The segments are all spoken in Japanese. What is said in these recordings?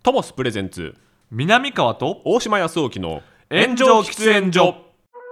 トモスプレゼンツ南川と大島康沖の炎上喫煙所。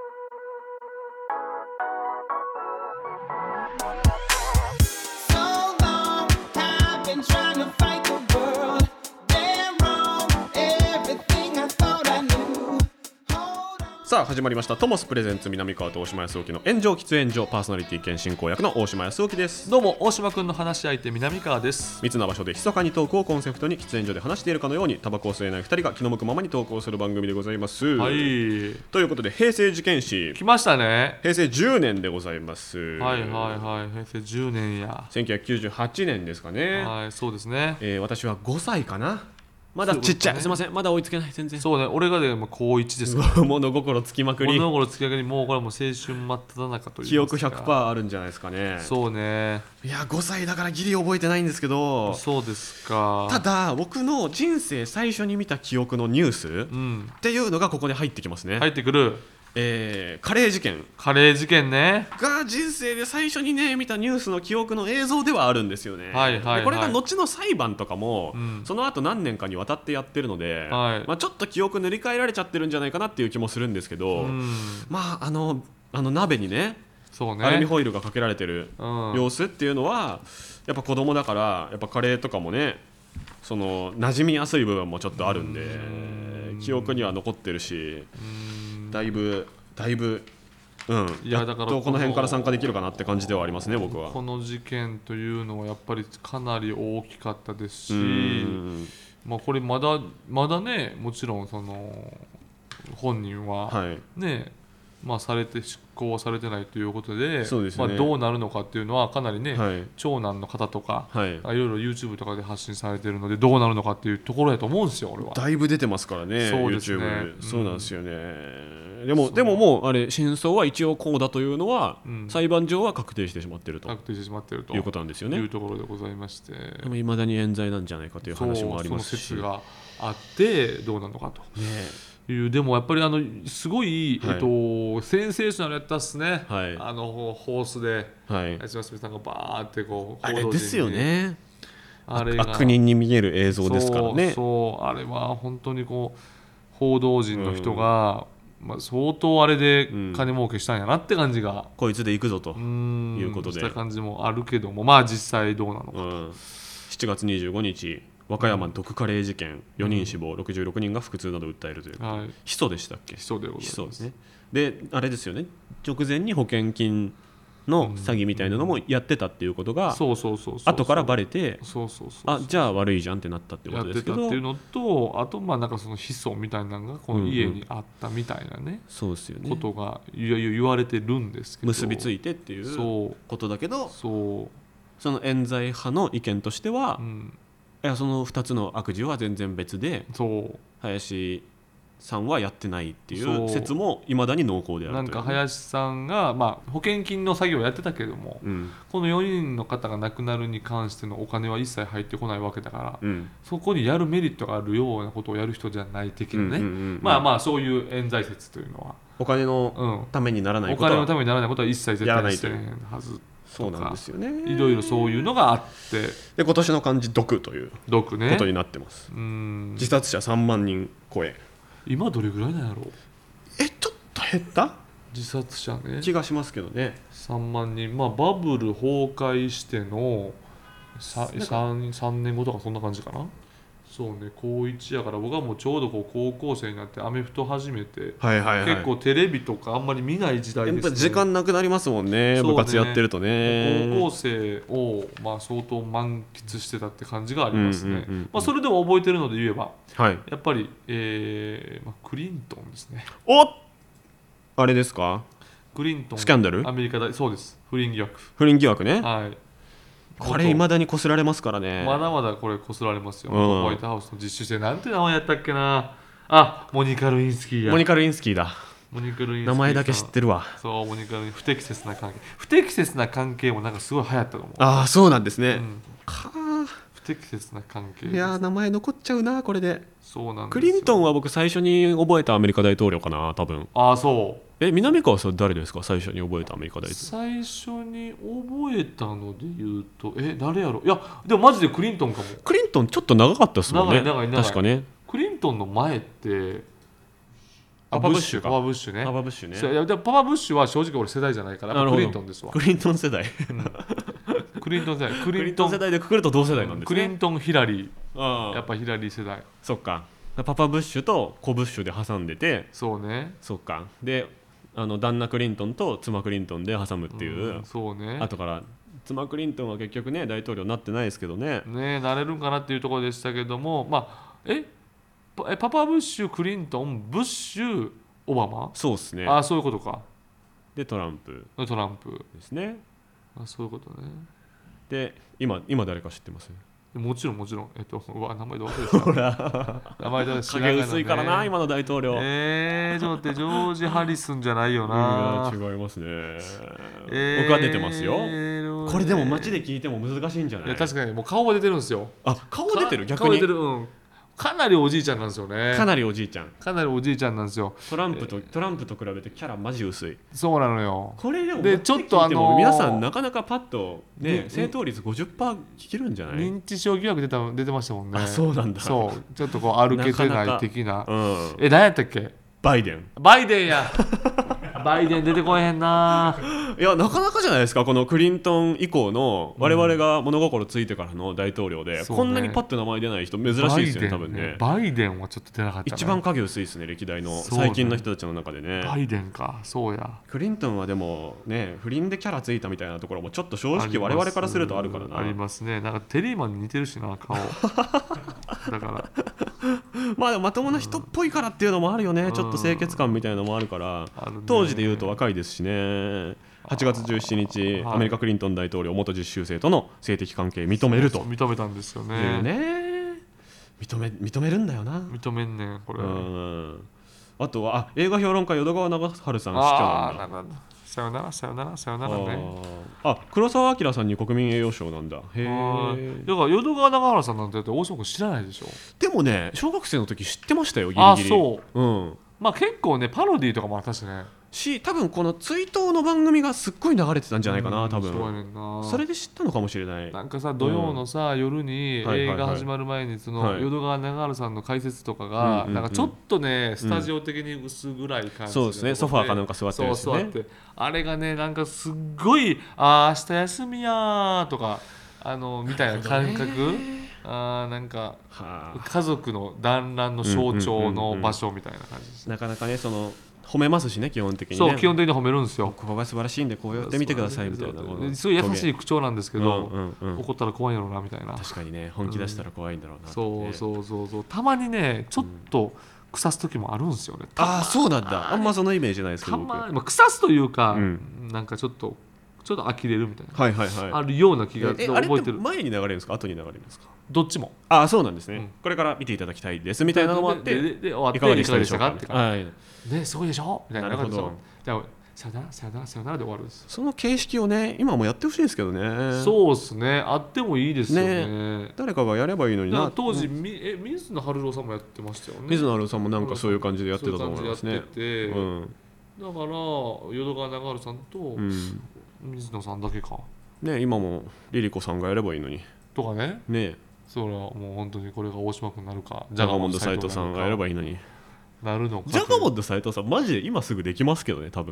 さあ始まりましたトモスプレゼンツ南川と大島康沖の炎上喫煙所、パーソナリティ兼進行役の大島康沖です。 どうも大島くんの話し相手南川です。 密な場所で密かにトークをコンセプトに喫煙所で話しているかのようにタバコを吸えない2人が気の向くままにトークをする番組でございます。 はい、 ということで平成事件史来ましたね。 平成10年でございます。 はいはいはい、平成10年や 1998年ですかね。 はい、そうですね。 私は5歳かな。まだちっちゃい、すいません、まだ追いつけない、全然。 そうね、俺がでも高1ですから物心つきまくり、 物心つきまくり、もうこれも青春真っ只中という記憶 100% あるんじゃないですかね。 そうね。 いや5歳だからギリ覚えてないんですけど、 そうですか。 ただ僕の人生最初に見た記憶のニュース、っていうのがここに入ってきますね。 入ってくる。 カレー事件カレー事件ねが人生で最初にね見たニュースの記憶の映像ではあるんですよね。 はいはいはい、 でこれが後の裁判とかも、その後何年かにわたってやってるので、 はい、 ちょっと記憶塗り替えられちゃってるんじゃないかなっていう気もするんですけど、あの鍋にね、 そうね、 アルミホイルがかけられてる様子っていうのは、やっぱ子供だからやっぱカレーとかもね、その馴染みやすい部分もちょっとあるんで、記憶には残ってるし、だいぶいやだからこの辺から参加できるかなって感じではありますね。僕はこの事件というのはやっぱりかなり大きかったですし、これまだね、もちろんその本人はね、されて執行はされてないということで、どうなるのかっていうのはかなりね、長男の方とか、いろいろ YouTube とかで発信されているので、どうなるのかっていうところだと思うんですよ。俺はだいぶ出てますからね、 そうですね、 YouTube。 そうなんですよね。でももうあれ真相は一応こうだというのは、裁判上は確定してしまっているということなんですよね。 いうところでございまして、 でも未だに冤罪なんじゃないかという話もありますし、 その説があってどうなのかという、でもやっぱりすごい、センセーショナルやったっすね。ホースで安村さんがバーってこうあれですよね、 あれが悪人に見える映像ですからね。 そうあれは本当にこう報道陣の人が、相当あれで金儲けしたんやなって感じが、 こいつで行くぞということでした感じもあるけども、実際どうなのかと。 7月25日和歌山毒カレー事件、4人死亡、66人が腹痛などを訴えるという、ヒ素でしたっけ。 ヒ素でございます。 ヒ素ですね。であれですよね、直前に保険金の詐欺みたいなのもやってたっていうことが後からバレて、じゃあ悪いじゃんってなったってことですけど、 やってたっていうのと、あとなんかそのヒ素みたいなのがこの家にあったみたいなね、 そうですよね、 ことが言われてるんですけど、 結びついてっていうことだけど、その冤罪派の意見としては、いやその2つの悪事は全然別で、林さんはやってないっていう説もいまだに濃厚であるという、 なんか林さんが、保険金の作業をやってたけども、この4人の方が亡くなるに関してのお金は一切入ってこないわけだから、そこにやるメリットがあるようなことをやる人じゃない的なね、そういう冤罪説というのは、 お金のためにならないことは、 お金のためにならないことは一切絶対してへんはず。 そうなんですよね。 いろいろそういうのがあって、 で今年の漢字毒ということになってます。自殺者3万人超え。 今どれぐらいなんやろう。 ちょっと減った自殺者ね、 気がしますけどね。 3万人、バブル崩壊しての 3年後とかそんな感じかな。そうね、高1やから僕はもうちょうどこう高校生になってアメフト始めて、結構テレビとかあんまり見ない時代ですね。 やっぱ時間なくなりますもんね、部活やってるとね。 高校生を相当満喫してたって感じがありますね。それでも覚えてるので言えば、やっぱり、クリントンですね。 あれですか、 クリントンスキャンダル、 アメリカ大、そうです、不倫疑惑ね。これ未だにこすられますからね。 まだまだこれこすられますよ。ホワイトハウスの実習生、なんて名前やったっけな。モニカ・ルインスキーや。 モニカ・ルインスキーだ。名前だけ知ってるわ。 そう、モニカ・ルイン、不適切な関係もなんかすごい流行ったと思う。 そうなんですね。 不適切な関係。 いや名前残っちゃうなこれで。 そうなんですよ。 クリントンは僕最初に覚えたアメリカ大統領かな、多分。 そう。 南川さん誰ですか、最初に覚えたアメリカ大統領。最初に覚えたので言うと誰やろ。いやでもマジでクリントンかも。 クリントンちょっと長かったですもんね。 長い確かね。 クリントンの前ってパパブッシュか。 パパブッシュね。 パパブッシュね。 いやでもパパブッシュは正直俺世代じゃないからクリントンですわ。 クリントン世代、 クリントン世代。 クリントン世代でくくると同世代なんですね。 クリントンヒラリー、やっぱヒラリー世代。 そっか、パパブッシュとコブッシュで挟んでて、 そうね。 そっか。で旦那クリントンと妻クリントンで挟むっていう、 そうね。 後から妻クリントンは結局ね大統領になってないですけどね。 なれるんかなっていうところでしたけども、まあパパブッシュクリントンブッシュオバマ。 そうですね。 そういうことか。 でトランプですね。 そういうことね。 で今誰か知ってます？ もちろん名前で忘れてた。 ほら名前で影薄いからな今の大統領。 ちょっと待って、ジョージ・ハリスンじゃないよな。 違いますね。僕は出てますよ。これでも街で聞いても難しいんじゃない？ 確かにもう顔が出てるんですよ。 顔出てる。逆に顔出てる。かなりおじいちゃんなんですよね。 かなりおじいちゃんなんですよ。 トランプと比べてキャラマジ薄い。 そうなのよ。 これでちょっと皆さんなかなかパッとね正答率 50% 聞けるんじゃない？ 認知症疑惑出てましたもんね。 そうなんだ。 そうちょっと歩けてない的な。何やったっけ？ バイデンや。バイデン出てこえへんな。 いやなかなかじゃないですか。このクリントン以降の我々が物心ついてからの大統領で、こんなにパッと名前出ない人珍しいですよね多分ね。 バイデンはちょっと出なかった、ね、 一番影薄いですね歴代の最近の人たちの中でね。 バイデンか。そうや。 クリントンはでもね不倫でキャラついたみたいなところもちょっと正直我々からするとあるからな。 ありますね。なんかテリーマンに似てるしな顔だからでもまともな人っぽいからっていうのもあるよね。ちょっと清潔感みたいなのもあるから、当時でいうと若いですしね。8月17日、アメリカクリントン大統領元実習生との性的関係認めると。 認めたんですよね。 認めるんだよな。 認めんねんこれ。 あとは映画評論家淀川長春さん司教なんだ。 さよならね。 黒澤明さんに国民栄誉賞なんだ。へえ。 だから淀川長原さんなんて大島君知らないでしょ。 でもね小学生の時知ってましたよギリギリ。 そう。結構ねパロディーとかもあったしね。 多分この追悼の番組がすっごい流れてたんじゃないかな多分。 そうやねんな。 それで知ったのかもしれない。 なんかさ土曜のさ、夜に映画始まる前にその淀川長原さんの解説とかがなんかちょっとねスタジオ的に薄暗い感じ。 そうですね。ソファーかなんか座ってるしね。 そう座ってあれがねなんかすっごい明日休みやとかみたいな感覚。なんか家族の団らんの象徴の場所みたいな感じです。 なかなかね褒めますしね基本的にね。 そう基本的に褒めるんですよ。 ここが素晴らしいんでこうやってみてくださいみたいな。 すごい優しい口調なんですけど、怒ったら怖いやろなみたいな。 確かにね本気出したら怖いんだろうな。 そうたまにねちょっと腐す時もあるんですよね。 そうなんだ。あんまそのイメージないですけど。 腐すというか、なんかちょっと呆れるみたいな、あるような気が覚えてる。 あれって前に流れるんですか後に流れるんですか？ どっちも。 そうなんですね。これから見ていただきたいですみたいなのもあってで終わっていかがでしたかってねすごいでしょみたいな。なるほど。さよならで終わるんです。 その形式をね今もやってほしいですけどね。 そうですね。あってもいいですよね。 誰かがやればいいのにな。 当時水野晴郎さんもやってましたよね。 水野晴郎さんもなんかそういう感じでやってたと思いますね。だから淀川長春さんと水野さんだけかね。今もリリコさんがやればいいのにとかね。それはもう本当にこれが大島君になるかジャガモンド斉藤さんがやればいいのになるのか。 ジャガモンド斉藤さんマジで今すぐできますけどね多分。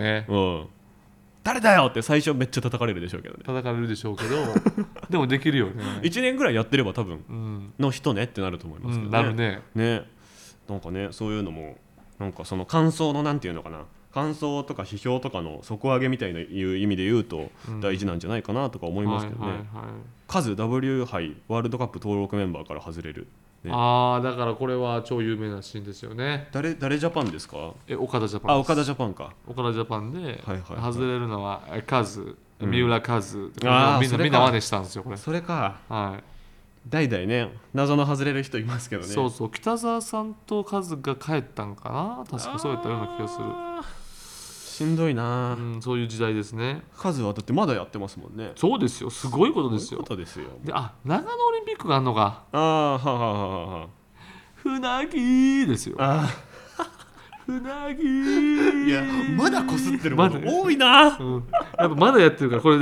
誰だよって最初めっちゃ叩かれるでしょうけどね。 叩かれるでしょうけどでもできるよね。 1年ぐらいやってれば多分の人ねってなると思いますけどね。 なるね。 なんかねそういうのもなんかその感想のなんていうのかな感想とか批評とかの底上げみたいないう意味で言うと大事なんじゃないかなとか思いますけどね。数 W 杯ワールドカップ登録メンバーから外れる、 だからこれは超有名なシーンですよね。 誰ジャパンですか？ 岡田ジャパンです。 岡田ジャパンか。 岡田ジャパンで外れるのは三浦カズ、みんな真似したんですよこれ。 それか。代々ね謎の外れる人いますけどね。 そう北澤さんとカズが帰ったんかな確かそうやったような気がする。 しんどいな。 そういう時代ですね。 カズはだってまだやってますもんね。 そうですよ。すごいことですよ。で長野オリンピックがあるのか。船木ですよ。 うなぎいやまだこすってるもまだの多いな、 うん、やっぱまだやってるからこれ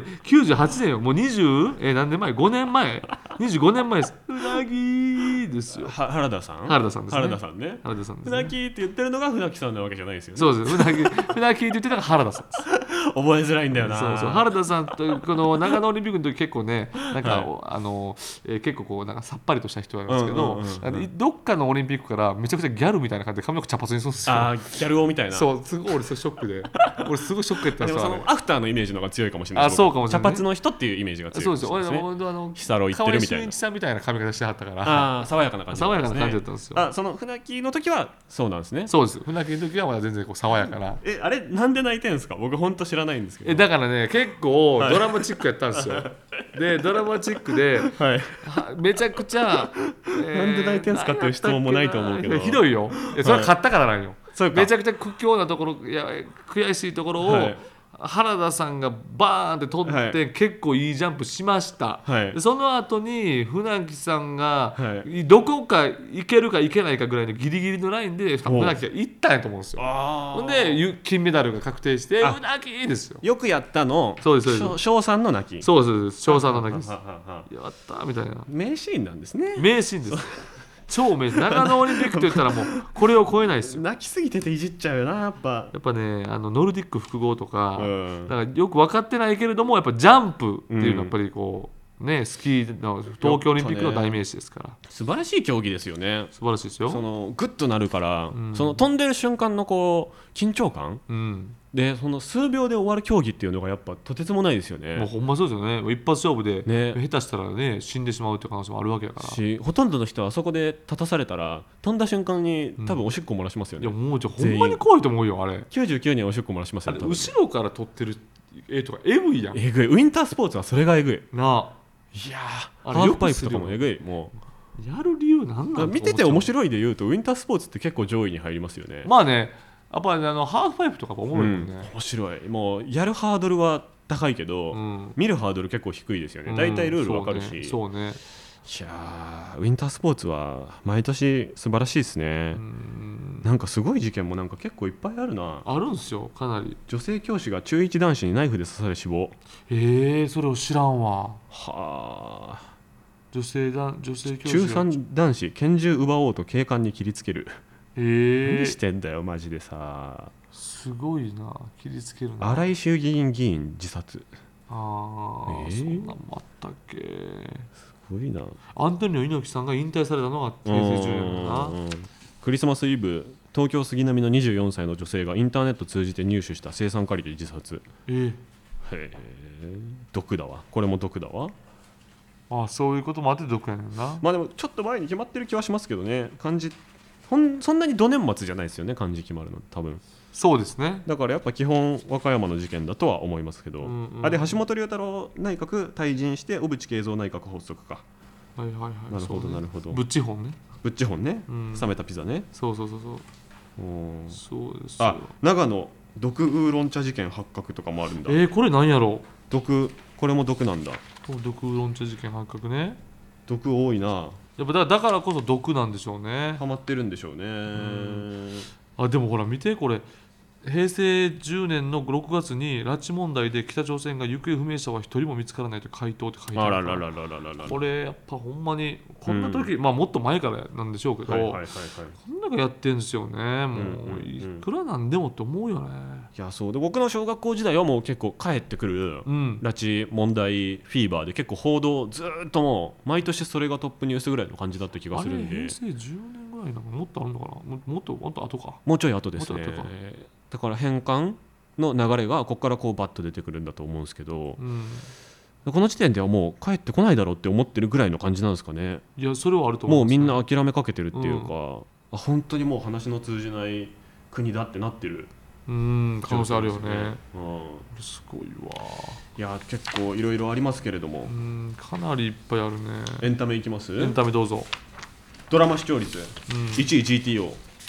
98年よもう20何年前5年前25年前ですうなぎですよ原田さん原田さんですね原田さんね原田さんですね船木って言ってるのが船木さんなわけじゃないですよね。 そうです船木って言ってたのが原田さんです覚えづらいんだよな。 そう原田さんとこの長野オリンピックの時結構ねなんか、 は結構こうなんかさっぱりとした人なんですけど、 うんうんどっかのオリンピックからめちゃくちゃギャルみたいな感じで髪の毛茶髪にするんですよ。 あギャル男みたいな。 そうすごい俺それショックで俺すごいショックやったんでですよ。 もそのアフターのイメージの方が強いかもしれない。 あそうかもしれない、ね、 茶髪の人っていうイメージが強いかもしれないですね。 そうですよ。俺ヒサロ行ってるみたいな。 川合俊一さんみたいな髪型してはったから。 あ爽やかな感じ、 爽やかな感じだったんですよ。 あその船木の時はそうなんですね。 そうです。船木の時はまだ全然こう爽やかな。 あれなんで泣いてんですか。僕本当知らないんですけど。 だからね結構ドラマチックやったんですよ。でドラマチックで、 はい、 めちゃくちゃ、 なんで泣いてんすかっていう質問もないと思うけど。 ひどいよ。それは勝ったからなんよ。めちゃくちゃ苦境なところ悔しいところを、はい、原田さんがバーンって取って、はい、結構いいジャンプしました、はい、その後に船木さんが、はい、どこか行けるか行けないかぐらいのギリギリのラインで船木が行ったんやと思うんですよ。ほんで金メダルが確定して船木ですよ。 よくやったの。 そうですそうです。 賞賛の泣き。 そうです賞賛の泣きです。やったみたいな名シーンなんですね。 名シーンです。超名長野オリンピックと言ったらもうこれを超えないですよ。 泣きすぎてていじっちゃうよなやっぱねノルディック複合とか、だからよく分かってないけれどもやっぱジャンプっていうのはやっぱりこう、ねスキーの東京オリンピックの代名詞ですから、 素晴らしい競技ですよね。 素晴らしいですよ。 そのグッとなるから、その飛んでる瞬間のこう緊張感、でその数秒で終わる競技っていうのがやっぱとてつもないですよね。 もうほんまそうですよね。一発勝負で、下手したらね死んでしまうっていう可能性もあるわけだからし、 ほとんどの人はあそこで立たされたら飛んだ瞬間に多分おしっこ漏らしますよね。 いやもうほんまに怖いと思うよあれ。 99人おしっこ漏らしますよね。 後ろから撮ってる絵とかエグいやん。 えぐい。ウィンタースポーツはそれがエグいな。 いやハーフパイプとかもえぐい。もうやる理由なんなん。 見てて面白いで言うとウィンタースポーツって結構上位に入りますよね。 まあねやっぱりハーフパイプとかも面白いもんね、 面白い。もうやるハードルは高いけど、見るハードル結構低いですよね。だいたいルールわかるし、 そうね。 いやウィンタースポーツは毎年素晴らしいですね。なんかすごい事件もなんか結構いっぱいあるな。 あるんですよかなり。 女性教師が中1男子にナイフで刺され死亡。 それを知らんわ。 はあ。 女性教師中3男子拳銃奪おうと警官に切りつける。何してんだよマジでさ。 すごいな。切りつけるな。 荒井衆議院議員自殺。 そんなんもあったっけ。 すごいな。 アントニオ猪木さんが引退されたのが平成10年だな。 クリスマスイブ東京杉並の24歳の女性がインターネット通じて入手した青酸カリで自殺。へえ毒だわ。これも毒だわ。 そういうこともあって毒やねんな。 まあでもちょっと前に決まってる気はしますけどね。漢字そんなにど年末じゃないですよね漢字決まるの多分。 そうですね。 だからやっぱ基本和歌山の事件だとは思いますけど、で橋本龍太郎内閣退陣して小渕恵三内閣発足か。なるほどなるほど。 ブッチホンね。 ブッチホンね、冷めたピザね。 そうそうですよ。 長野毒ウーロン茶事件発覚とかもあるんだ。 これなんやろ。 これも毒なんだ。 毒ウーロン茶事件発覚ね。 毒多いな。 やっぱだからこそ毒なんでしょうね。 ハマってるんでしょうね。 でもほら見てこれ平成10年の6月に拉致問題で北朝鮮が行方不明者は一人も見つからないと回答って書いてあるから、これやっぱほんまにこんな時、もっと前からなんでしょうけど、こんなのやってんですよね。もういくらなんでもって思うよね。 いやそうで僕の小学校時代はもう結構帰ってくる拉致問題フィーバーで結構報道ずっともう毎年それがトップニュースぐらいの感じだった気がするんで。 平成10年ぐらいなんかもっとあるのかな。もっと後か。 もうちょい後ですね。だから返還の流れがここからこうバッと出てくるんだと思うんですけど、この時点ではもう帰ってこないだろうって思ってるぐらいの感じなんですかね。 いやそれはあると思う、もうみんな諦めかけてるっていうか、本当にもう話の通じない国だってなってる可能性あるよね。すごいわ。 いや結構いろいろありますけれども、 かなりいっぱいあるね。 エンタメいきます。 エンタメどうぞ。 ドラマ視聴率、1位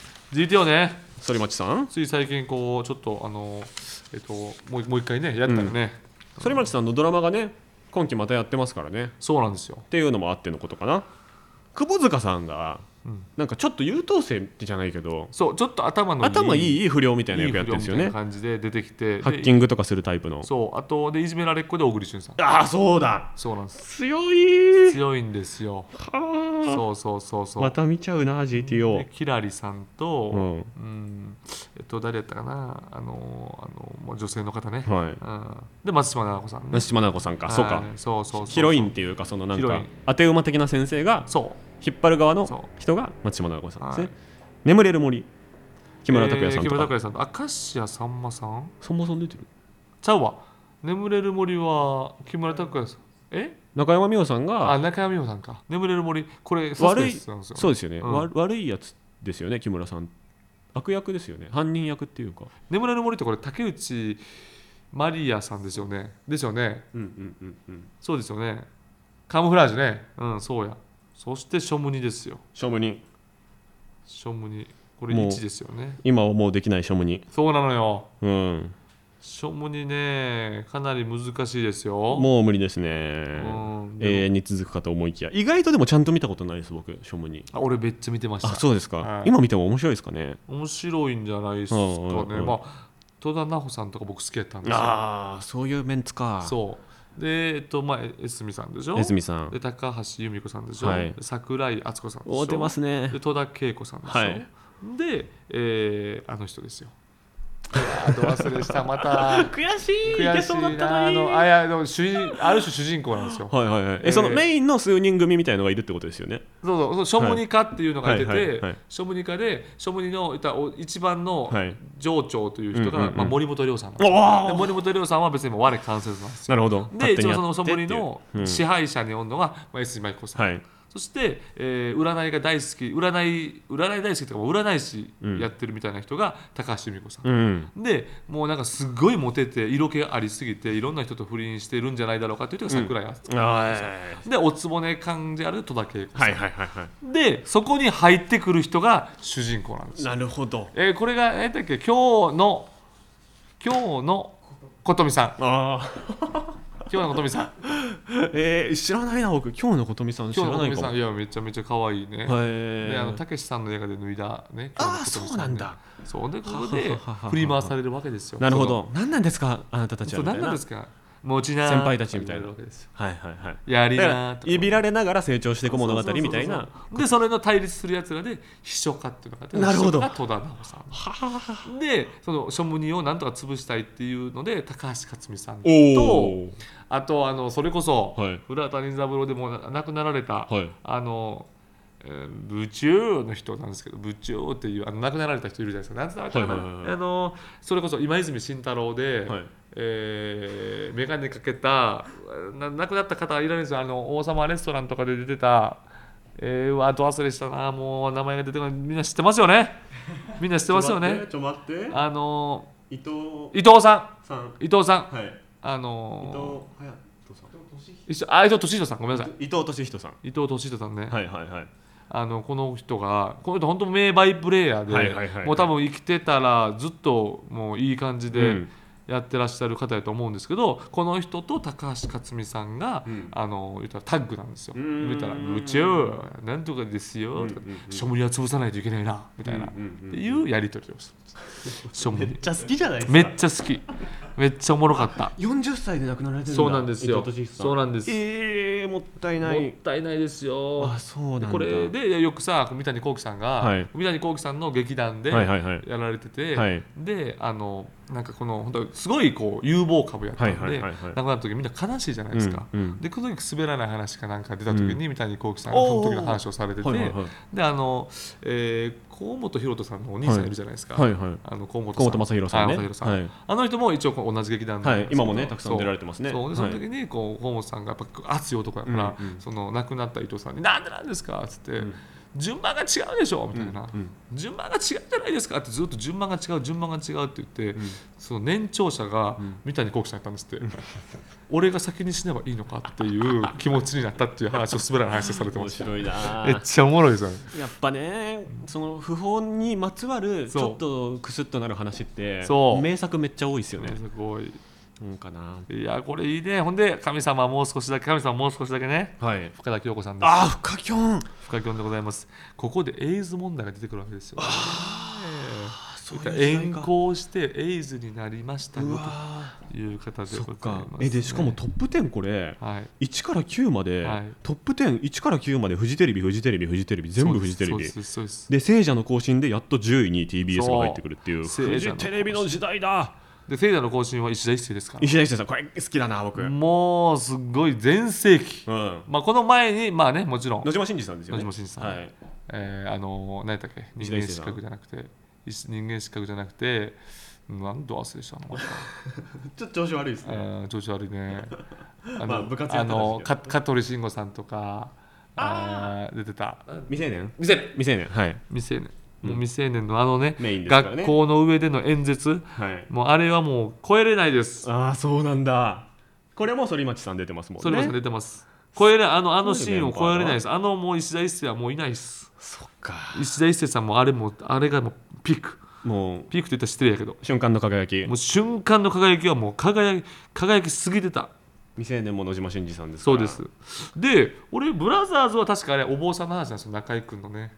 GTO ね。 反町さんつい最近こうちょっともう一回ねやったよね。 反町さんのドラマがね今期またやってますからね。 そうなんですよ。 っていうのもあってのことかな。 窪塚さんがなんかちょっと優等生じゃないけど、 そうちょっと頭いい不良みたいな役やってるんですよね。 いい不良みたいな感じで出てきて、 ハッキングとかするタイプの。 そうあとでいじめられっ子で小栗旬さん。 ああそうだ、 そうなんです。強いんですよ。そうまた見ちゃうな GTO。 キラリさんと、誰やったかな、女性の方ね、で松島菜々子さんね。 松島菜々子さんか、そうか、 そうヒロインっていうか、そのなんか当て馬的な先生が引っ張る側の人が松島菜々子さんですね。眠れる森、木村拓哉さんとか、 木村拓哉さんと明石家さんまさん。 さんまさん出てるちゃうわ。眠れる森は木村拓哉さん、 中山美穂さんが。 中山美穂さんか。眠れる森、これ悪い、そうですよね、悪いやつですよね。木村さん悪役ですよね、犯人役っていうか。 眠れる森ってこれ竹内まりやさんですよね。そうですよね。カモフラージュね。そうや。そしてショムニですよ。 ショムニこれ1ですよね。 今はもうできないショムニ。 そうなのよ。ショムニね、かなり難しいですよ。 もう無理ですね。永遠に続くかと思いきや、意外とでもちゃんと見たことないです僕、ショムニ。 俺めっちゃ見てました。 あ、そうですか。今見ても面白いですかね。 面白いんじゃないですかね。戸田奈穂さんとか僕好きやったんですよ。 ああ、そういうメンツか。 そうで、江角さんでしょ。 江角さんで、高橋由美子さんでしょ。桜井敦子さんでしょ。 出ますね。 で、戸田恵子さんでしょ。で、あの人ですよ。ど忘れした、また悔しいな。 でもある種主人公なんですよ。 そのメインの数人組みたいのがいるってことですよね。 そうショムニカっていうのがいてて、ショムニカでショムニの一番の上長という人が森本涼さんなんですよ。で森本涼さんは別に我関節なんですよ。 なるほど。 で一応そのショムニの支配者におるのが江角真紀子さん。そして、占いが大好き、占い大好きとか占い師やってるみたいな人が高橋由美子さん、でもうなんかすごいモテて色気がありすぎていろんな人と不倫してるんじゃないだろうかっていう人が桜井敦子さんで、おつぼね感じある戸田恵子さんで、そこに入ってくる人が主人公なんですよ。 なるほど。 これが今日のことみさん。今日のことみさん知らないな僕。今日のことみさん知らないかも。 いやめちゃめちゃ可愛いね。でたけしさんの映画で脱いだね。 そうなんだ。 そうでここで振り回されるわけですよ。 なるほど。何なんですかあなたたちは。 何なんですか持ちな先輩たちみたいな。 やりないびられながら成長していく物語みたいな。 でそれの対立するやつらで秘書家っていうのがあって、 なるほど。 戸田奈穂さんで、そのショムニをなんとか潰したいっていうので高橋克実さんと、あとそれこそ古畑任三郎でも亡くなられた部長の人なんですけど、部長っていう亡くなられた人いるじゃないですか。なんつったらそれこそ今泉慎太郎で、眼鏡かけた亡くなった方がいられるんですよ。王様レストランとかで出てた、後忘れしたな、もう名前が出てこない。みんな知ってますよね。みんな知ってますよね。 ちょ待って。伊藤さん。伊藤俊人さん、ごめんなさい。 伊藤俊人さんね。 この人本当名バイプレーヤーで、もう多分生きてたらずっともういい感じでやってらっしゃる方やと思うんですけど、この人と高橋克実さんが言ったらタッグなんですよ。言ったら部長なんとかですよとか、ショムニは潰さないといけないなみたいなっていうやり取りをする。 めっちゃ好きじゃないですか。 めっちゃ好き。めっちゃおもろかった。 40歳で亡くなられてるんだ。 そうなんですよ。そうなんです。 もったいない。 もったいないですよ。 そうなんだ。 これでよくさ、三谷幸喜さんが、三谷幸喜さんの劇団でやられてて、でなんかこの本当すごいこう有望株やったんで、亡くなった時みんな悲しいじゃないですか。でこの時滑らない話かなんか出た時に三谷幸喜さんがその時の話をされてて、で河本大翔さんのお兄さんいるじゃないですか。河本正宏さんね。 あの人も一応同じ劇団で、 今もねたくさん出られてますね。 その時に河本さんがやっぱ熱い男だから、その亡くなった伊藤さんになんでなんですかっつって。順番が違うでしょみたいな、順番が違うじゃないですかってずっと順番が違うって言って、その年長者が三谷幸喜さんやったんですって俺が先に死ねばいいのかっていう気持ちになったっていう話を滑らない話をされてました。面白いな。めっちゃおもろいですよね。 やっぱね、その不法にまつわるちょっとクスッとなる話って名作めっちゃ多いですよね。 すごいかな。 いやこれいいね。ほんで神様はもう少しだけね、 はい。 深田恭子さんです。 ああ、深きょん。 深きょんでございます。ここでエイズ問題が出てくるわけですよ、ね。 そういう時代遠か行してエイズになりましたよという方でございます、ね。 でしかもトップ10これ、 はい、 1から9まで、 はい、 トップ10、1から9までフジテレビ全部フジテレビで、聖者の更新でやっと10位に TBS が入ってくるっていうフジテレビの時代だ。 で聖者の更新は石田一生ですから。 石田一生さんこれ好きだな僕。 もうすごい全盛期、まあ、この前にまあねもちろん野島伸二さんですよね。 野島伸二さん、はい、何やったっけ、人間失格じゃなくて何度忘れしたのちょっと調子悪いですね。 調子悪いね。 部活やってた香取慎吾さんとか出てた未成年はい未成年、もう未成年のね、 ね、学校の上での演説、 はい、 もうあれはもう超えれないです。 ああそうなんだ。これも反町さん出てますもんね。 反町さん出てます。超えれあのシーンを超えれないです。もう石田一生はもういないです。 そっか。 石田一生さんもあれがもうピーク。もうピークって言ったら失礼やけど、 瞬間の輝き。 もう瞬間の輝きはもう輝きすぎてた。 未成年も野島伸二さんですから。 そうです。で俺ブラザーズは確かあれお坊さんの話なんですよ、中居君のね。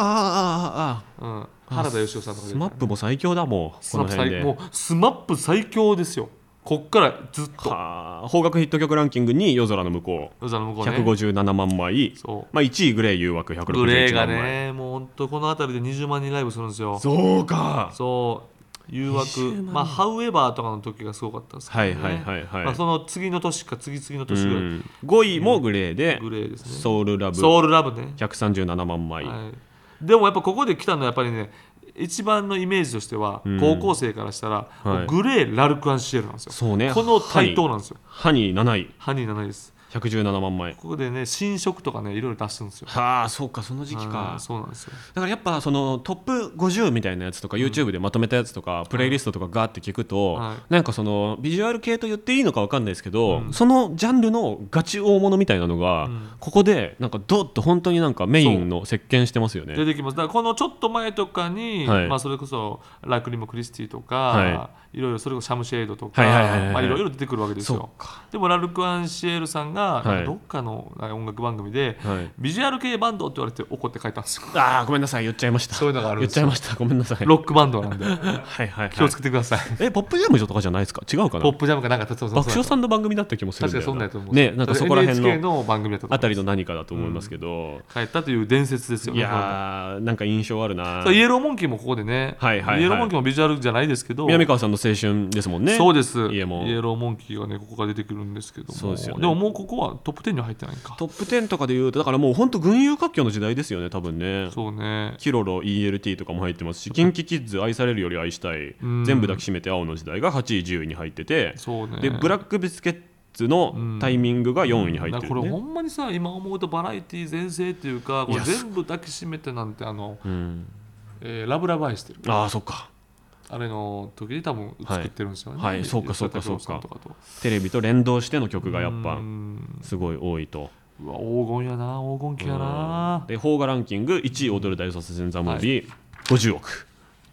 原田芳雄さんとかで、 スマップも最強だもう。 もうスマップ最強ですよ。こっからずっと邦楽ヒット曲ランキングに夜空の向こう、157万枚。1位グレー誘惑161万枚。 グレーがねもう本当この辺りで20万人ライブするんですよ。 そうか。 そう誘惑、ハウエバーとかの時がすごかったんですけどね。その次の年か次々の年ぐらい。 5位もグレーで、 グレーですね。 ソウルラブね、 137万枚。 でもやっぱここで来たのはやっぱりね、一番のイメージとしては、高校生からしたら、グレー、ラルクアンシエルなんですよ。 そうね、 この対等なんですよ。 ハニー7位。 ハニー7位です。 117万枚。 ここでね新色とかねいろいろ出すんですよ。 はあそうか、その時期か。 そうなんですよ。 だからやっぱそのトップ50みたいなやつとか、YouTube でまとめたやつとか、プレイリストとかガーって聞くと、なんかそのビジュアル系と言っていいのか分かんないですけど、そのジャンルのガチ大物みたいなのが、ここでなんかドッと本当になんかメインの席巻してますよね。 出てきます。だからこのちょっと前とかに、それこそラクリモ・クリスティとか、いろいろそれこそシャムシェードとかいろいろ出てくるわけですよ。でもラルクアンシエルさんがどっかの音楽番組で、ビジュアル系バンドって言われて怒って書いたんですよ。 ごめんなさい、言っちゃいました。 そういうのがあるんですよ。 言っちゃいました、ごめんなさい。 ロックバンドなんで気をつけてください。 ポップジャムとかじゃないですか。違うかな。 ポップジャムかなんか爆笑さんの番組だった気もするんだよな。 確かそんなやと思うね、なんかそこら辺 NHK の番組だったあたりの何かだと思いますけど、 書いたという伝説ですよね。 いやなんか印象あるな。 イエローモンキーもここでね、イエローモンキーもビジュアルじゃないですけど、 南川さんの青春ですもんね。 そうです。イエローモンキーがねここから出てくるんですけども、でももうここはトップ10には入ってないか。 トップ10とかでいうとだからもう本当群雄割拠の時代ですよね多分ね。 そうね。 キロロ ELT とかも入ってますし、キンキキッズ愛されるより愛したい、全部抱きしめて青の時代が8位10位に入ってて、でブラックビスケッツのタイミングが4位に入ってる、ね。 これほんまにさ今思うとバラエティ全盛っていうか、これ全部抱きしめてなんてラブラブ愛してる。 そっか。 あれの時に多分作ってるんですよね。 そうか。テレビと連動しての曲がやっぱすごい多いと。 うわ黄金やな、黄金期やな。 で邦画ランキング1位踊る大捜査線ザムービー、50億。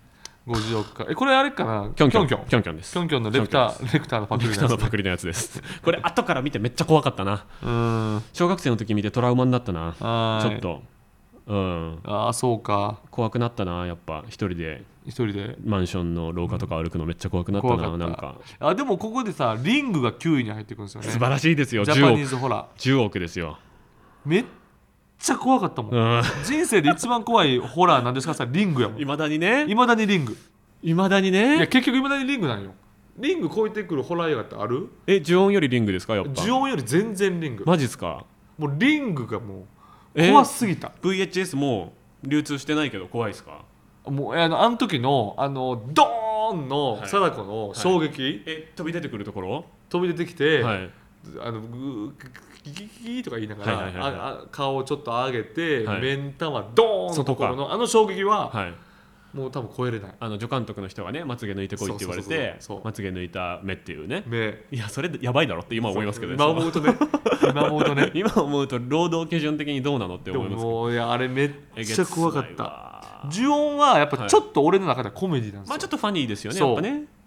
50億か。これあれかな。 キョンキョンです。 キョンキョンのレクターのパクリのやつです。これ後から見てめっちゃ怖かったな。小学生の時見てトラウマになったな。ちょっと。 そうか。 怖くなったな、やっぱ一人でマンションの廊下とか歩くのめっちゃ怖くなったな。なんかでもここでさリングが9位に入ってくるんですよね。 素晴らしいですよ。 ジャパニーズホラー 10億ですよ。 めっちゃ怖かったもん。人生で一番怖いホラーなんですかさ、リングやもん。 いまだにね。 いまだにリング。 いまだにね。 いや結局いまだにリングなんよ。リング超えてくるホラー映画ってある？ 呪音よりリングですかやっぱ。 呪音より全然リング。 マジっすか。 もうリングがもう怖すぎた。 VHS も流通してないけど怖いっすか。 もうあの時のドーンの貞子の衝撃、 飛び出てくるところ飛び出てきて、グギギギとか言いながら顔をちょっと上げて、目ん玉ドーンのところのあの衝撃は、もう多分超えれない。 助監督の人がねまつげ抜いてこいって言われてまつげ抜いた目っていうね。 目いやそれやばいだろって今思いますけどね。 今思うとね今思うと労働基準的にどうなのって思いますけど。 もういやあれめっちゃ怖かった。呪音はやっぱちょっと俺の中ではコメディなんですよ。 ちょっとファニーですよねやっぱね。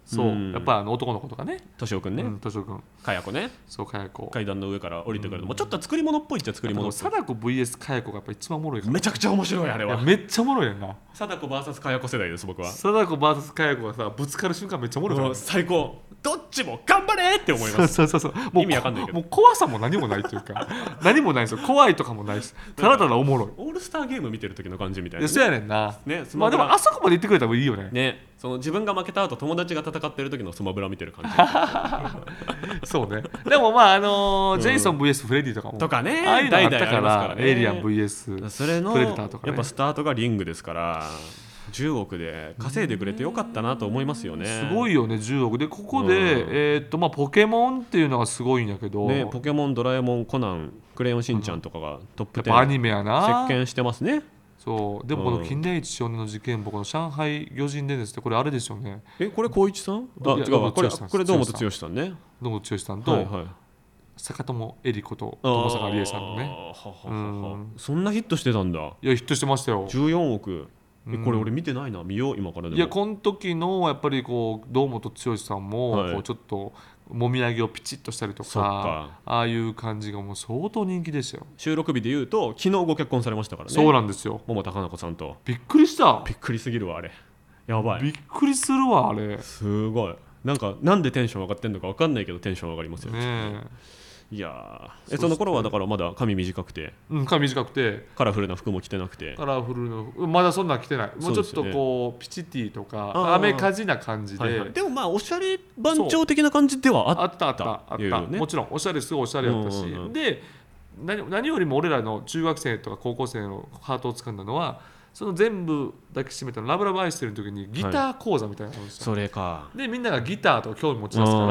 そう、やっぱり男の子とかね、 敏夫くんね、 敏夫くん、 かや子ね、 そうかや子、 階段の上から降りてくるのもちょっと作り物っぽいっちゃ作り物っぽい。 貞子 VS かや子がやっぱ一番おもろいから、 めちゃくちゃ面白いあれは。 めっちゃおもろいやんな。 貞子 VS かや子世代です僕は。 貞子 VS かや子がさぶつかる瞬間めっちゃおもろいから、 最高。どっちも頑張れって思います。 そうもう意味わかんないけど、 もう怖さも何もないというか何もないんですよ、怖いとかもないです、ただただおもろい。 オールスターゲーム見てる時の感じみたいな、 そうやねんな。 ね、 まあでもあそこまで言ってくれたらいいよね。 ね、その自分が負けた後友達が戦ってる時のスマブラ見てる感じそうね。でもまあジェイソン VS フレディとかもとかね、 ああいうのあったから、エイリアン VS それのプレデターとか、ね、 やっぱスタートがリングですから10億で稼いでくれてよかったなと思いますよね。 すごいよね、10億で。ここで、まあ、ポケモンっていうのがすごいんやけど、 ね、ポケモン、ドラえもん、コナン、クレヨンしんちゃんとかがトップ10、 やっぱアニメやな、 席巻してますね。 そうでもこの金田一少年の事件簿、この上海魚人伝ですって、これあれですよね。 これ光一さん？あ、違うわ、これ堂本剛さんね。 堂本剛さんと、坂友恵里子と友坂理恵さんのね。 そんなヒットしてたんだ。 いやヒットしてましたよ。 14億。これ俺見てないな、見よう今からでも。 いやこの時のやっぱりこう堂本剛さんもこうちょっともみあげをピチッとしたりとか、ああいう感じがもう相当人気でしたよ。 収録日でいうと昨日ご結婚されましたからね。 そうなんですよ、 桃田かな子さんと。 びっくりした。 びっくりすぎるわあれ、やばい、 びっくりするわあれ。 すごい、なんでテンション上がってんのか分かんないけどテンション上がりますよね。いやその頃はだからまだ髪短くて、 髪短くてカラフルな服も着てなくて、 カラフルなまだそんな着てない、もうちょっとこうピチティとかアメカジな感じで、 でもまあおしゃれ番長的な感じではあったあった、もちろんおしゃれ、すごいおしゃれだったし、で何よりも俺らの中学生とか高校生のハートをつかんだのは、その全部抱きしめたのラブラブ愛してる時にギター講座みたいなのがあるんですよ。 それか。 でみんながギターとか興味持ち出すから、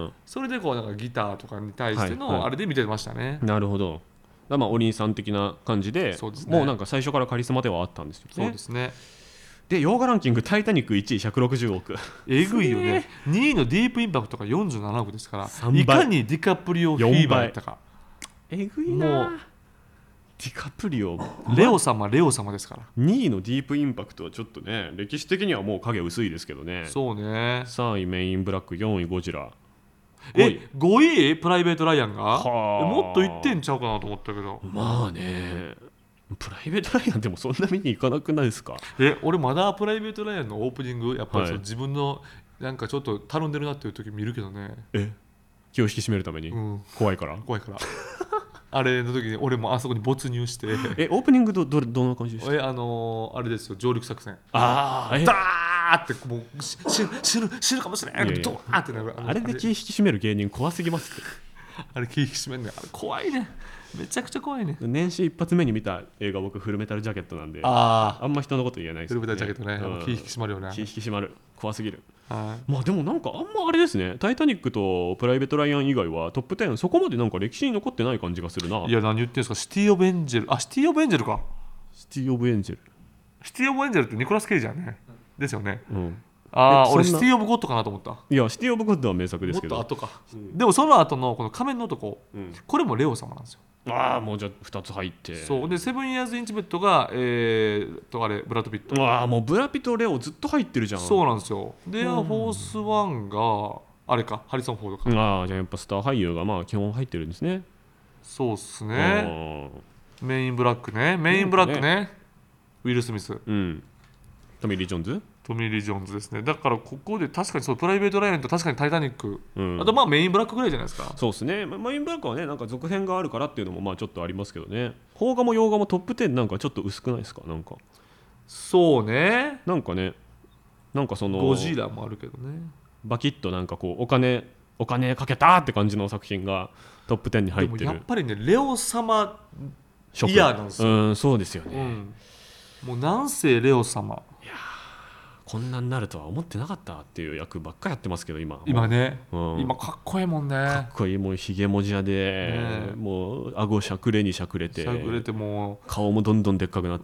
それでこうなんかギターとかに対してのあれで見てましたね。 なるほど。まあお兄さん的な感じで、もうなんか最初からカリスマではあったんですよね。 そうですね。 で洋画ランキングタイタニック1位160億。 えぐいよね。2位のディープインパクトが47億ですから、いかにディカプリオフィーバーやったか。 えぐいな。ディカプリオレオ様ですから。 2位のディープインパクトはちょっとね、歴史的にはもう影薄いですけどね。 そうね。 3位メインブラック、4位ゴジラ、 5位プライベートライアンがもっといってんちゃうかなと思ったけど。 まあね、プライベートライアンでもそんな見に行かなくないですか。 俺まだプライベートライアンのオープニングやっぱり自分のなんかちょっとたるんでるなっていう時見るけどね。 気を引き締めるために、怖いからあれの時に俺もあそこに没入して。 オープニングどんな感じでした？ あれですよ、上陸作戦。 ダーってもう死ぬかもしれない。ドーってなる。 あれで気引き締める芸人怖すぎますって。 あれ気引き締めるね。あれ怖いね。めちゃくちゃ怖いね。 年始一発目に見た映画僕フルメタルジャケットなんで、あんま人のこと言えないですね。フルメタルジャケットね。気引き締まるよね。 気引き締まる。怖すぎる。まあでもなんかあんまあれですね、タイタニックとプライベートライアン以外はトップ10そこまでなんか歴史に残ってない感じがするな。 いや何言ってんですか。シティオブエンジェル、シティオブエンジェルか。 シティオブエンジェルってニコラス・ケイジじゃねですよね。俺シティオブゴッドかなと思った。 いやシティオブゴッドは名作ですけど、 もっと後か。でもその後のこの仮面の男、これもレオ様なんですよ。 もうじゃあ2つ入って、 そうでセブンイヤーズインチベットがあれブラッド・ピット。 もうブラピとレオずっと入ってるじゃん。 そうなんですよ。でエアフォースワンがあれか、ハリソン・フォードか。 じゃあやっぱスター俳優がまあ基本入ってるんですね。 そうっすね。メインブラックね、ウィル・スミス、 トミー・リー・ジョーンズですね。だからここで確かにそうプライベートライアンと確かにタイタニック、あとまあメインブラックぐらいじゃないですか。 そうですね。メインブラックはねなんか続編があるからっていうのもまあちょっとありますけどね。邦画も洋画もトップ10なんかちょっと薄くないですか。なんかそうね。 なんかそのゴジラもあるけどね。 バキッとなんかこうお金かけたって感じの作品がトップ10に入ってる。 でもやっぱりねレオ様イヤーなんですよ。 そうですよね。 もうなんせレオ様。 いやこんなになるとは思ってなかったっていう役ばっかやってますけど今ね、今かっこいいもんね。 かっこいい。もうひげもじゃで、もう顎しゃくれにしゃくれてもう顔もどんどんでっかくなって、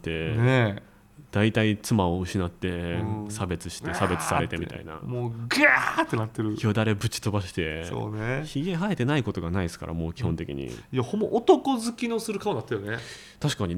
大体妻を失って差別されてみたいな、 もうガーってなってる。 よだれぶち飛ばして、 そうね。 ひげ生えてないことがないですからもう基本的に。 いやほんま男好きのする顔になったよね。 確かにね。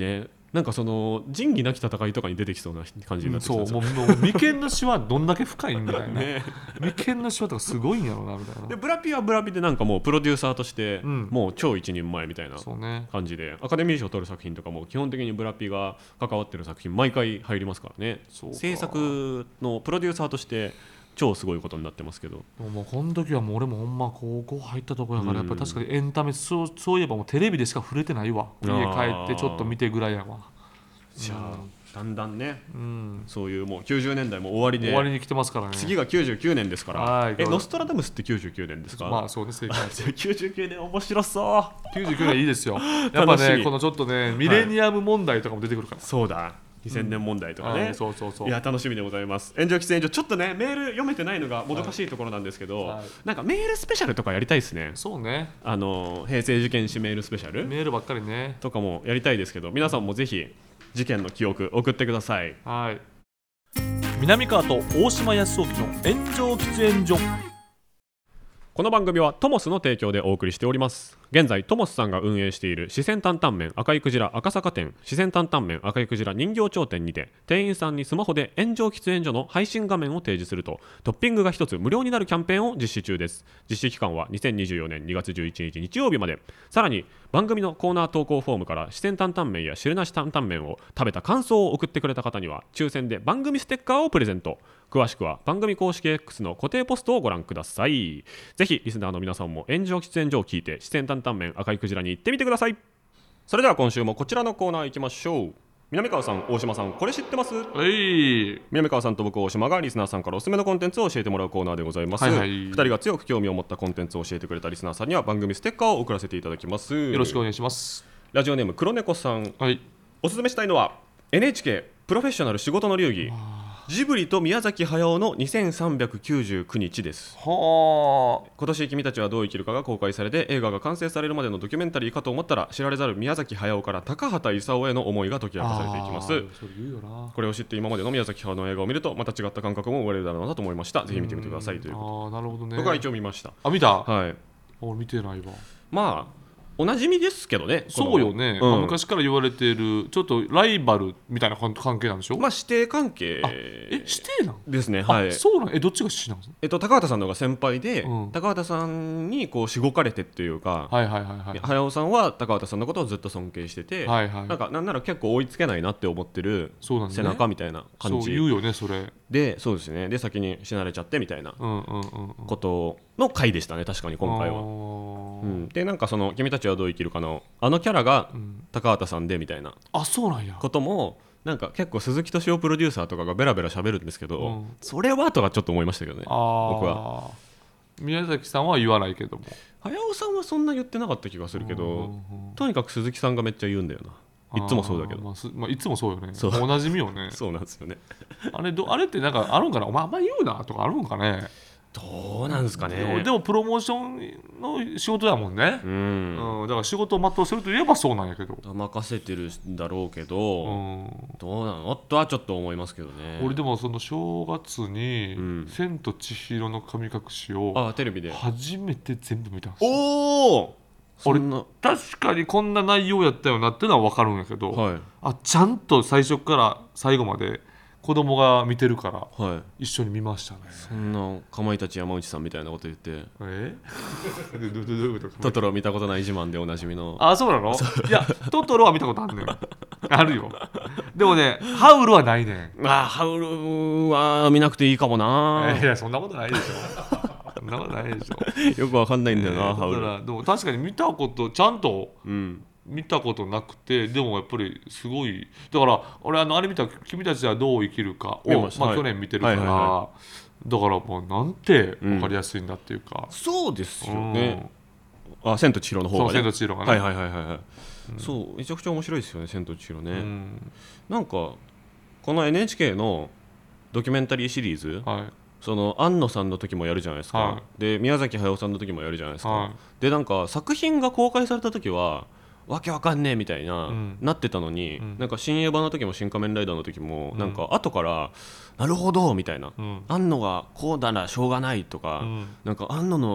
なんかその仁義なき戦いとかに出てきそうな感じになってきたんですよ、 そうもう眉間のシワどんだけ深いみたいな、 ね、 眉間のシワとかすごいんやろなみたいな。 でブラピはブラピでなんかもうプロデューサーとして、もう超一人前みたいな感じで、アカデミー賞を取る作品とかも基本的にブラピが関わってる作品毎回入りますからね。制作のプロデューサーとして超すごいことになってますけど、 もうこの時はもう俺もほんま高校入ったとこやから、やっぱり確かにエンタメそういえばもうテレビでしか触れてないわ。家帰ってちょっと見てぐらいやわ。 じゃあだんだんね、そういうもう90年代も終わりで終わりに来てますからね。 次が99年ですから。ノストラダムスって99年ですか？ まあそうです、正解です。 99年面白そう。 99年いいですよ。やっぱね、このちょっとねミレニアム問題とかも出てくるから。 そうだ、2000年問題とかね、 そういや楽しみでございます。炎上喫煙所ちょっとねメール読めてないのがもどかしいところなんですけど、なんかメールスペシャルとかやりたいですね。 そうね、 平成受験史メールスペシャルメールばっかりねとかもやりたいですけど、皆さんもぜひ事件の記憶送ってください。 はい。南川と大島康雄の炎上喫煙所。 この番組はトモスの提供でお送りしております。現在トモスさんが運営している四川担々麺赤いクジラ赤坂店、四川担々麺赤いクジラ人形町店にて、店員さんにスマホで炎上喫煙所の配信画面を提示するとトッピングが1つ無料になるキャンペーンを実施中です。実施期間は2024年2月11日日曜日まで。さらに番組のコーナー投稿フォームから四川担々麺や汁なし担々麺を食べた感想を送ってくれた方には抽選で番組ステッカーをプレゼント。詳しくは番組公式 X の固定ポストをご覧ください。ぜひリスナーの皆さんも炎上喫煙所を聞いて四川担々麺赤いクジラに行ってみてください。それでは今週もこちらのコーナー行きましょう。南川さん、大島さん、これ知ってます？南川さんと僕大島がリスナーさんからおすすめのコンテンツを教えてもらうコーナーでございます。2人が強く興味を持ったコンテンツを教えてくれたリスナーさんには番組ステッカーを送らせていただきます。 よろしくお願いします。 ラジオネーム黒猫さん、おすすめしたいのは NHK プロフェッショナル仕事の流儀、ジブリと宮崎駿の2399日です。今年君たちはどう生きるかが公開されて映画が完成されるまでのドキュメンタリーかと思ったら、知られざる宮崎駿から高畑勲への思いが解き明かされていきます。これを知って今までの宮崎駿の映画を見るとまた違った感覚も生まれるだろうなと思いました。ぜひ見てみてくださいということで。 なるほどね。 僕は一応見ました。 見た？ はい。 俺見てないわ。 まあおなじみですけどね。 そうよね、昔から言われているちょっとライバルみたいな関係なんでしょ。 師弟関係師弟なんですね。はい。 そうなん。どっちが師なんですか？ 高畑さんの方が先輩で、高畑さんにこうしごかれてっていうか、駿さんは高畑さんのことをずっと尊敬してて、なんなら結構追いつけないなって思ってる背中みたいな感じ。 そう言うよねそれで。そうですね。で先に死なれちゃってみたいなことの回でしたね、確かに今回は。でなんかその君たちはどう生きるかのキャラが高畑さんでみたいなこともなんか結構鈴木敏夫プロデューサーとかがベラベラ喋るんですけど、それはとかちょっと思いましたけどね。僕は宮崎さんは言わないけども、 駿さんはそんな言ってなかった気がするけど、とにかく鈴木さんがめっちゃ言うんだよな。いつもそうだけど、 いつもそうよね。おなじみよね。 そうなんですよね。あれってなんかあるんかな。お前あんま言うなとかあるんかね。 どうなんですかね。 でもプロモーションの仕事だもんね。だから仕事を全うするといえばそうなんやけど、 任せてるんだろうけど、どうなのとはちょっと思いますけどね。 俺でもその正月に「千と千尋の神隠し」をテレビで初めて全部見たんですよ。俺確かにこんな内容やったよなっていうのは分かるんやけど、ちゃんと最初から最後まで子供が見てるから一緒に見ましたね。 そんなかまいたち山内さんみたいなこと言ってどういうこと？トトロ見たことない自慢でおなじみの。 そうなの？いやトトロは見たことあるねん。あるよ。でもねハウルはないねん。 ハウルは見なくていいかもな。 いやそんなことないでしょ。そんなことないでしょ。 よくわかんないんだよな、ハウル。 でも確かに見たことちゃんと見たことなくて、でもやっぱりすごい。だから俺あれ見た「君たちはどう生きるか」を去年見てるから、だからもうなんて分かりやすいんだっていうか。 そうですよね。千と千尋の方がね。 千と千尋がね。 そうめちゃくちゃ面白いですよね、千と千尋ね。なんかこの NHK のドキュメンタリーシリーズ、その庵野さんの時もやるじゃないですか、で宮崎駿さんの時もやるじゃないですか、でなんか作品が公開された時はわけわかんねえみたいな、なってたのに、なんか新エヴァの時も新仮面ライダーの時も、なんか後からなるほどみたいな、庵野がこうだなしょうがないとか、なんか庵野の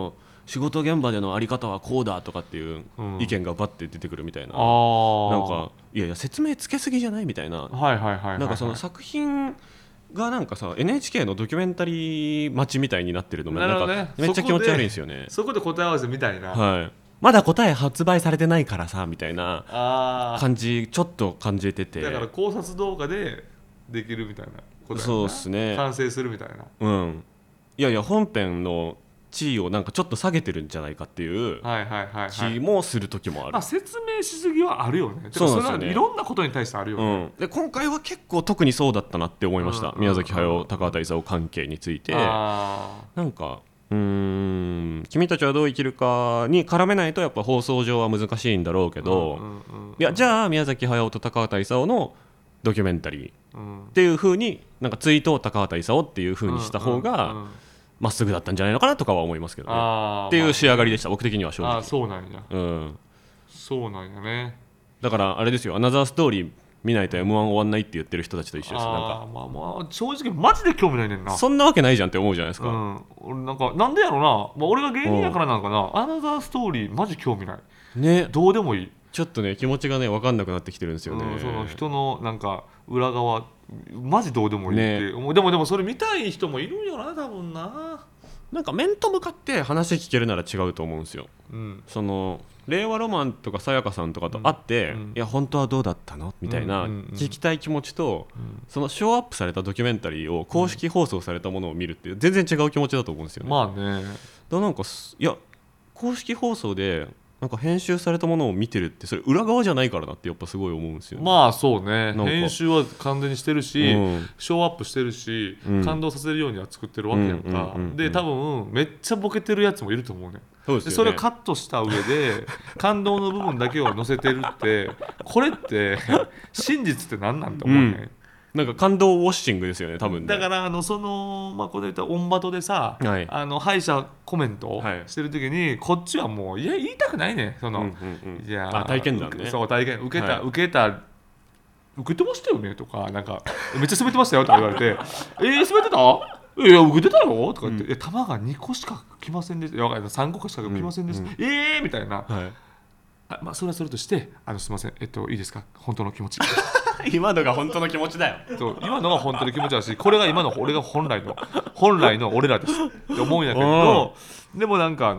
仕事現場でのあり方はこうだとかっていう意見がバッて出てくるみたいな、なんかいやいや説明つけすぎじゃないみたいな、なんかその作品がなんかさ NHK のドキュメンタリー待ちみたいになってるのもなんかめっちゃ気持ち悪いんですよね。 そこで答え合わせみたいな、 はい、まだ答え発売されてないからさみたいな感じちょっと感じてて、 だから考察動画でできるみたいなことやな。 そうですね、 完成するみたいな。 うん、いやいや本編の地位をなんかちょっと下げてるんじゃないかっていう気もする時もある。 まあ、説明しすぎはあるよね。そうなんですよね。それはいろんなことに対してあるよね、 で今回は結構特にそうだったなって思いました、宮崎駿高畑勲関係について。なんか君たちはどう生きるかに絡めないとやっぱ放送上は難しいんだろうけど、いやじゃあ宮崎駿と高畑勲のドキュメンタリーっていう風になんか追悼高畑勲っていう風にした方がまっすぐだったんじゃないのかなとかは思いますけどねっていう仕上がりでした、僕的には正直。 そうなんや、そうなんやね。 だからあれですよ、アナザーストーリー見ないと M1 終わんないって言ってる人たちと一緒です。なんかまあ正直マジで興味ないねんな。 そんなわけないじゃんって思うじゃないですか、 なんかなんでやろな、まあ、俺が芸人やからなのかな、アナザーストーリーマジ興味ないね。 どうでもいい。 ちょっとね気持ちがね分かんなくなってきてるんですよね、 その人のなんか裏側マジどうでもいいって、でもそれ見たい人もいるんよな多分な。 なんか面と向かって話聞けるなら違うと思うんですよ、その令和ロマンとかさやかさんとかと会って、いや本当はどうだったのみたいな聞きたい気持ちと、そのショーアップされたドキュメンタリーを公式放送されたものを見るって全然違う気持ちだと思うんですよね。 まあね。 だなんかいや公式放送でなんか編集されたものを見てるってそれ裏側じゃないからなってやっぱすごい思うんですよね。 まあそうね、編集は完全にしてるし、ショーアップしてるし、感動させるようには作ってるわけやんか。で多分めっちゃボケてるやつもいると思うね。そうですよね。それをカットした上で感動の部分だけを載せてるってこれって真実って何なんて思うね、 なんか感動ウォッシングですよね多分ね。 だからそのまあこれ言ったらオンバトでさ、敗者コメントしてる時に、こっちはもういや言いたくないね、その、いや体験談ね。 そう体験受けてましたよねとか、なんかめっちゃ滑ってましたよとか言われて滑ってた？いや受けてたよとか言って、球が2個しか来ませんでした、3個しか来ませんでした、みたいな、まあそれはそれとしてすいませんいいですか本当の気持ち今のが本当の気持ちだよ。 今のが本当の気持ちだし、これが今の俺が本来の俺らですって思うんやけど、でもなんか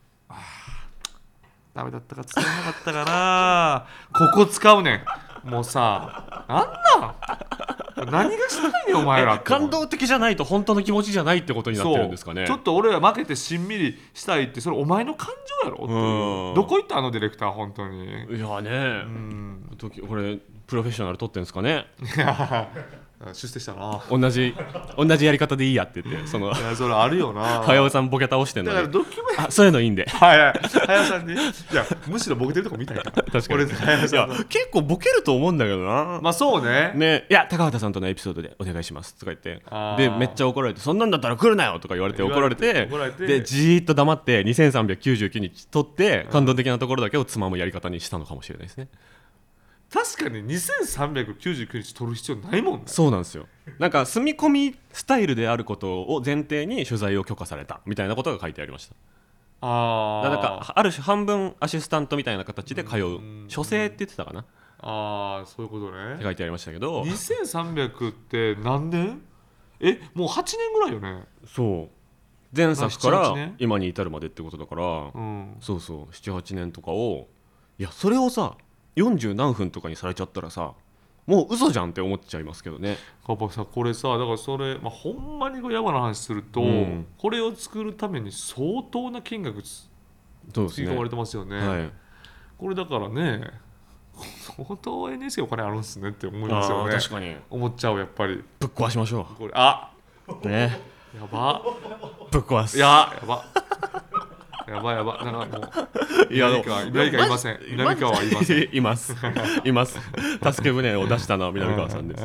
ダメだったか伝えなかったかなここ使うねんもうさ、なん何がしたいねんお前らって。 感動的じゃないと本当の気持ちじゃないってことになってるんですかね。 ちょっと俺ら負けてしんみりしたいって、それお前の感情やろっていう。どこ行ったディレクター本当に。 いやね、これプロフェッショナル撮ってんですかね。 出世したな。 同じやり方でいいやって言って、それあるよな。 早尾さんボケ倒してんのに。 だからドキュメントそういうのいいんで。 早尾さんにいやむしろボケてるとこ見たいから。 確かに。結構ボケると思うんだけどな。 まあそうね。 いや高畑さんとのエピソードでお願いしますとか言って、でめっちゃ怒られて、そんなんだったら来るなよとか言われて怒られて、でじーっと黙って2399日撮って感動的なところだけをつまむやり方にしたのかもしれないですね。 確かに2399日撮る必要ないもんね。 そうなんですよ。なんか住み込みスタイルであることを前提に取材を許可されたみたいなことが書いてありました。なんかある種半分アシスタントみたいな形で通う書生って言ってたかな。 そういうことね。 書いてありましたけど、 2300って何年？もう8年ぐらいよね。 そう前作から今に至るまでってことだから、そうそう 7,8 年とかを、いやそれをさ40何分とかにされちゃったらさ、もう嘘じゃんって思っちゃいますけどね。 やっぱさこれさ、だからそれ、ほんまにやばな話すると、これを作るために相当な金額つぎ込まれてますよね。これだからね相当 NHK お金あるんすねって思いますよね。 確かに思っちゃう。やっぱりぶっ壊しましょう。 これね、 やばぶっ壊す。 やばなんかもう南川いません。南川はいません。 います助け舟を出したのは南川さんです。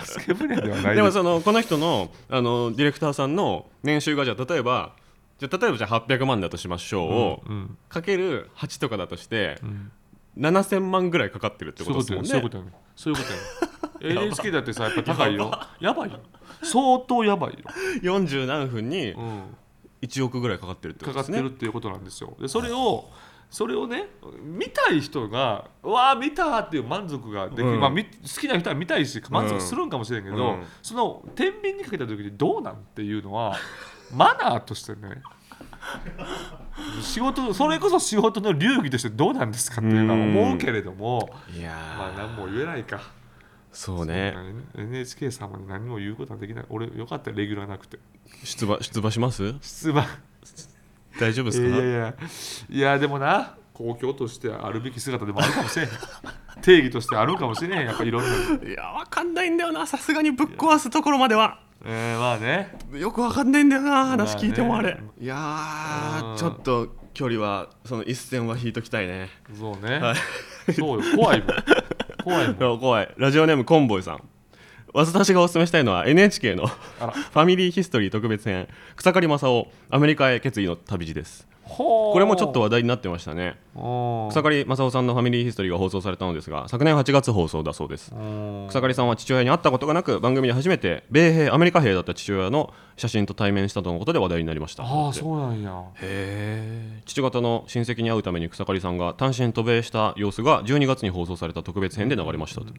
助け舟ではないです。 でもこの人のディレクターさんの年収がじゃあ例えば800万だとしましょうを、かける8とかだとして、7000万ぐらいかかってるってことですもんね。 そういうことやね。NHK だってさやっぱ高いよ。やばいよ。相当やばいよ。 40何分に 1億ぐらいかかってるってことですね。 かかってるっていうことなんですよ。でそれをね見たい人がうわー見たっていう満足ができる、好きな人は見たいし満足するんかもしれんけど、その天秤にかけた時にどうなんっていうのはマナーとしてねそれこそ仕事の流儀としてどうなんですかっていうのは思うけれども、 いやまあ何も言えないか。 そうね。 NHK 様に何も言うことはできない。俺よかったらレギュラーなくて出馬します？ 出馬大丈夫ですか？ いやでもな、公共としてあるべき姿でもあるかもしれん定義としてあるかもしれん。やっぱいろんな、 いや分かんないんだよな、さすがにぶっ壊すところまでは。 まあね、 よく分かんないんだよな、話聞いてもあれ、いやちょっと距離はその一線は引いときたいね。 そうね、はい、そうよ、怖いもん怖い。ラジオネームコンボイさん、私がおすすめしたいのは NHK のファミリーヒストリー特別編、草刈正雄アメリカへ決意の旅路です。これもちょっと話題になってましたね。草刈正雄さんのファミリーヒストリーが放送されたのですが、昨年8月放送だそうです。草刈さんは父親に会ったことがなく、番組で初めて米兵アメリカ兵だった父親の写真と対面したとのことで話題になりました。 そうなんや。 父方の親戚に会うために草刈さんが単身渡米した様子が12月に放送された特別編で流れましたと。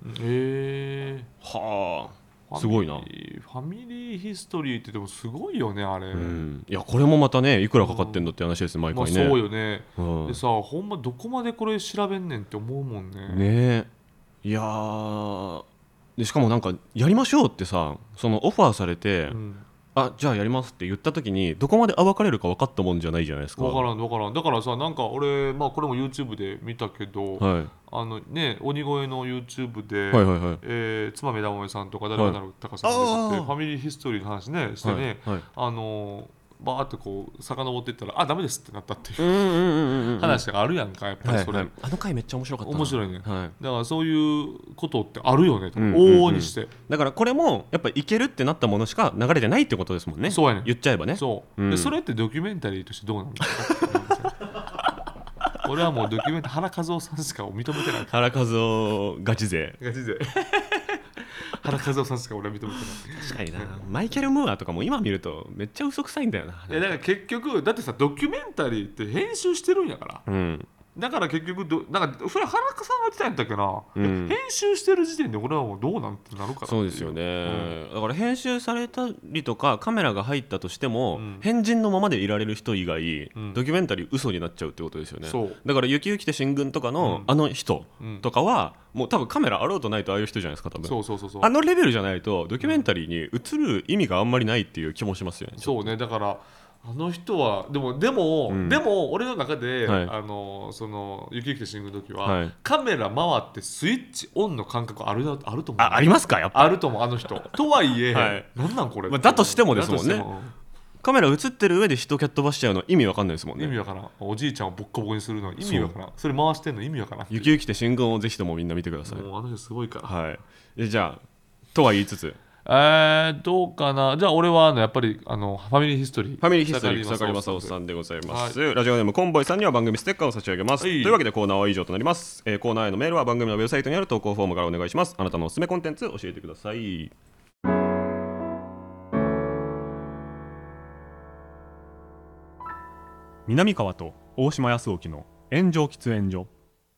すごいな。ファミリーヒストリーってでもすごいよねあれ、 いやこれもまたね、いくらかかってんのって話です毎回ね。 そうよね、でさ、ほんまどこまでこれ調べんねんって思うもんね。 いやでしかもなんかやりましょうってさ、そのオファーされて、じゃあやりますって言った時にどこまで暴かれるか分かったもんじゃないじゃないですか。 分からん。だからさ、なんか俺、これも YouTube で見たけど、鬼越の YouTube で、妻目玉さんとか誰がなる高さんが出てて、ファミリーヒストリーの話ねしてね、バーってこう遡っていったらダメですってなったっていう話があるやんか。やっぱりそれ、 あの回めっちゃ面白かった。 面白いね、だからそういうことってあるよね、往々にして。 だからこれもやっぱいけるってなったものしか流れてないってことですもんね。 そうやね、 言っちゃえばね。 でそれってドキュメンタリーとしてどうなんだ俺はもうドキュメンタリー、原和夫さんしか認めてない。 原和夫ガチ勢原和夫さんしか俺は認めてない。 確かにな、マイケル・ムーアとかも今見るとめっちゃ嘘くさいんだよな。 だから結局だってさ、ドキュメンタリーって編集してるんやから、だから結局なんかそれ原さんが言ってたんだっけな、編集してる時点で俺はもうどうなんてなるから。 そうですよね、だから編集されたりとかカメラが入ったとしても、変人のままでいられる人以外、ドキュメンタリー嘘になっちゃうってことですよね。だから雪雪て進軍とかの、あの人とかはもう多分カメラあろうとないとああいう人じゃないですか多分。あのレベルじゃないとドキュメンタリーに映る意味があんまりないっていう気もしますよね。 そうね、だからあの人はでも俺の中で、その雪雪て進軍の時は、カメラ回ってスイッチオンの感覚あると思う。 ありますか？やっぱあると思う、あの人とはいえ、なんなんこれ、 だとしてもですもんね。カメラ映ってる上で人キャットバしちゃうの意味わかんないですもんね。 意味わからん。おじいちゃんをボッコボコにするの意味わからん。それ回してんの意味わからん。 雪雪て進軍をぜひともみんな見てください。 もうあの人すごいから。 じゃあとは言いつつ、 どうかな。じゃあ俺はやっぱりファミリーヒストリー草刈正雄さんでございます、ラジオネームコンボイさんには番組ステッカーを差し上げます、というわけでコーナーは以上となります、コーナーへのメールは番組のウェブサイトにある投稿フォームからお願いします。あなたのおすすめコンテンツ教えてください。南川と大島康沖の炎上喫煙所。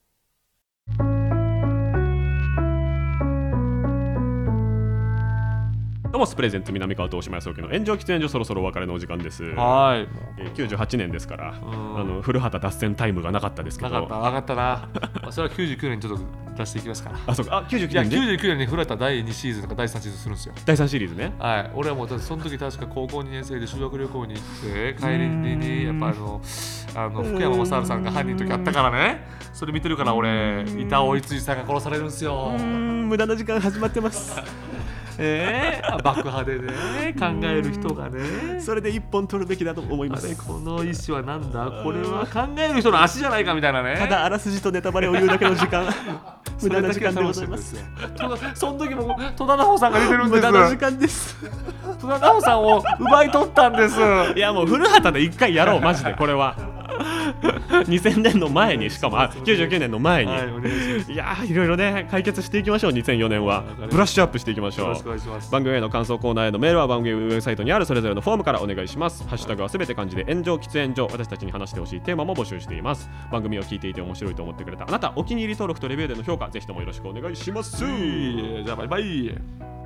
どうもスプレゼンツ南川と大島康沖の炎上喫煙所、そろそろお別れのお時間です。98年ですから、古畑脱線タイムがなかったですけど。 なかったなそれは99年にちょっと出していきますから。 そうか、99 年に古畑第2シーズンとか第3シーズンするんですよ。 第3シリーズね。 俺はもうその時確か高校2年生で修学旅行に行って帰りにやっぱ福山雅治さんが犯人の時あったからね、それ見てるから俺、板尾一さんが殺されるんですよ。 無駄な時間始まってます爆破でね、考える人がね、 それで一本取るべきだと思います。 この意思はなんだ、これは考える人の足じゃないかみたいなね。 ただあらすじとネタバレを言うだけの時間無駄な時間でございます。 その時も戸田奈穂さんが出てるんです。 無駄な時間です。 戸田奈穂さんを奪い取ったんです。 いやもう古畑で一回やろうマジでこれは 2000年の前にしかも99年の前に、 はい、お願いします。 いやーいろいろね解決していきましょう。2004年はブラッシュアップしていきましょう。 よろしくお願いします。 番組への感想コーナーへのメールは番組ウェブサイトにあるそれぞれのフォームからお願いします。ハッシュタグはすべて漢字で炎上喫煙所、私たちに話してほしいテーマも募集しています。番組を聞いていて面白いと思ってくれたあなた、お気に入り登録とレビューでの評価ぜひともよろしくお願いします。 じゃあバイバイ。